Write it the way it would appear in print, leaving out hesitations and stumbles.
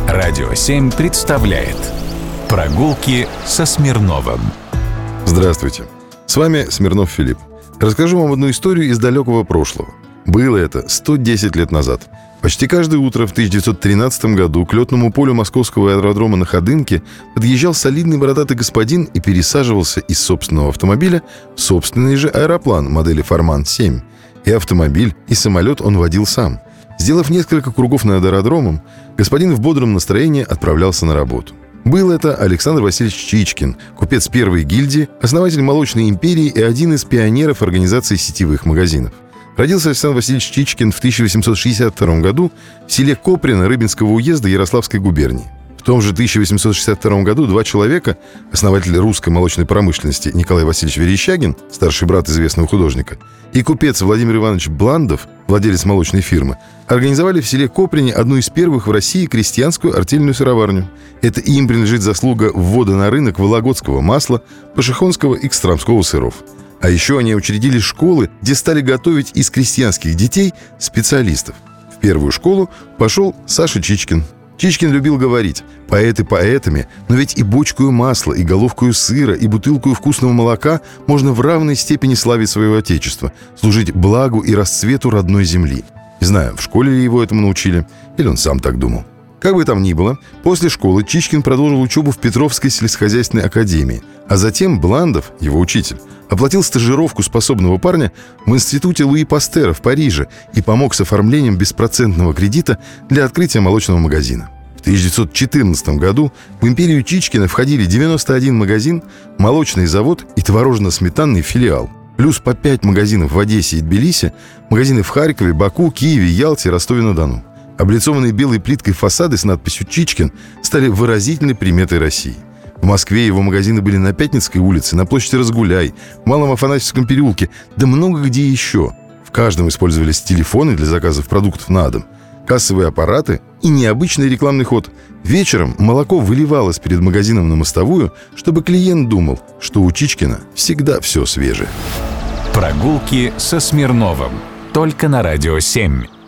Радио 7 представляет «Прогулки со Смирновым». Здравствуйте, с вами Смирнов Филипп. Расскажу вам одну историю из далекого прошлого. Было это 110 лет назад. Почти каждое утро в 1913 году к летному полю московского аэродрома на Ходынке подъезжал солидный бородатый господин и пересаживался из собственного автомобиля в собственный же аэроплан модели «Фарман-7». И автомобиль, и самолет он водил сам. Сделав несколько кругов над аэродромом, господин в бодром настроении отправлялся на работу. Был это Александр Васильевич Чичкин, купец первой гильдии, основатель молочной империи и один из пионеров организации сетевых магазинов. Родился Александр Васильевич Чичкин в 1862 году в селе Коприно Рыбинского уезда Ярославской губернии. В том же 1862 году два человека, основатель русской молочной промышленности Николай Васильевич Верещагин, старший брат известного художника, и купец Владимир Иванович Бландов, владелец молочной фирмы, организовали в селе Коприне одну из первых в России крестьянскую артельную сыроварню. Это им принадлежит заслуга ввода на рынок вологодского масла, пашихонского и костромского сыров. А еще они учредили школы, где стали готовить из крестьянских детей специалистов. В первую школу пошел Саша Чичкин. Чичкин любил говорить: «Поэты поэтами, но ведь и бочку масла, и головку сыра, и бутылку вкусного молока можно в равной степени славить свое отечество, служить благу и расцвету родной земли». Не знаю, в школе ли его этому научили, или он сам так думал. Как бы там ни было, после школы Чичкин продолжил учебу в Петровской сельскохозяйственной академии, а затем Бландов, его учитель, оплатил стажировку способного парня в институте Луи Пастера в Париже и помог с оформлением беспроцентного кредита для открытия молочного магазина. В 1914 году в империю Чичкина входили 91 магазин, молочный завод и творожно-сметанный филиал, плюс по 5 магазинов в Одессе и Тбилиси, магазины в Харькове, Баку, Киеве, Ялте и Ростове-на-Дону. Облицованные белой плиткой фасады с надписью «Чичкин» стали выразительной приметой России. В Москве его магазины были на Пятницкой улице, на площади Разгуляй, в Малом Афанасьевском переулке, да много где еще. В каждом использовались телефоны для заказов продуктов на дом, кассовые аппараты и необычный рекламный ход. Вечером молоко выливалось перед магазином на мостовую, чтобы клиент думал, что у Чичкина всегда все свежее. «Прогулки со Смирновым» только на Радио 7.